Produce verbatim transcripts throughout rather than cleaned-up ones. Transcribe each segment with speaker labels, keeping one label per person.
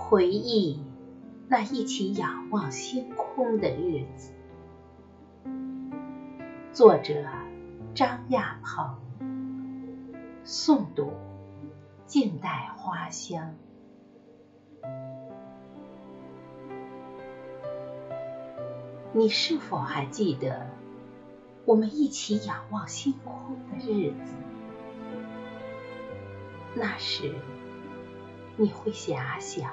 Speaker 1: 回忆那一起仰望星空的日子。作者张亚鹏，诵读静待花香。你是否还记得我们一起仰望星空的日子？那时你会遐想，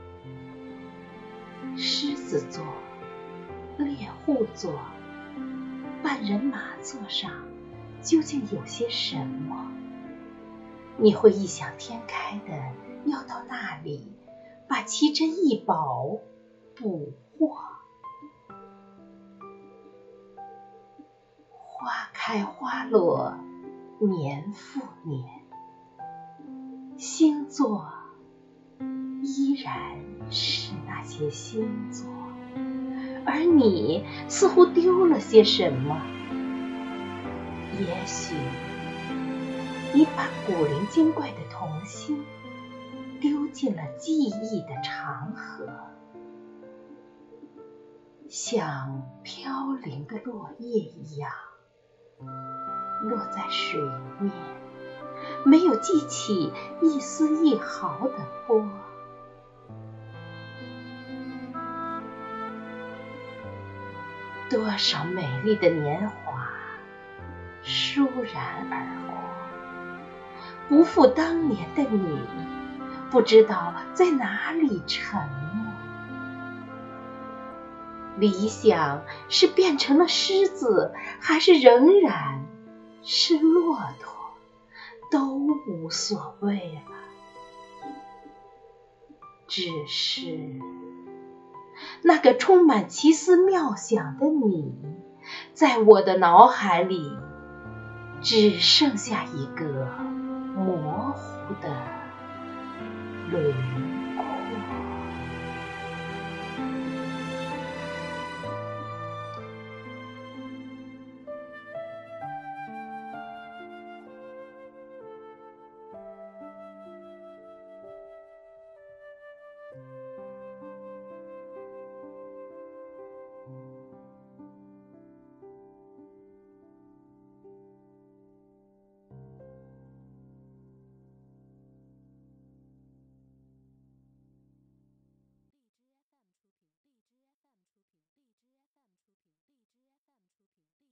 Speaker 1: 狮子座、猎户座、半人马座上究竟有些什么？你会异想天开的要到那里，把奇珍异宝捕获。花开花落，年复年，星座依然是那些星座，而你似乎丢了些什么。也许你把古灵精怪的童心丢进了记忆的长河，像飘零的落叶一样落在水面，没有激起一丝一毫的波。多少美丽的年华倏然而过，不复当年的你，不知道在哪里沉没。理想是变成了狮子，还是仍然是骆驼，都无所谓了。只是那个充满奇思妙想的你，在我的脑海里只剩下一个模糊的轮廓。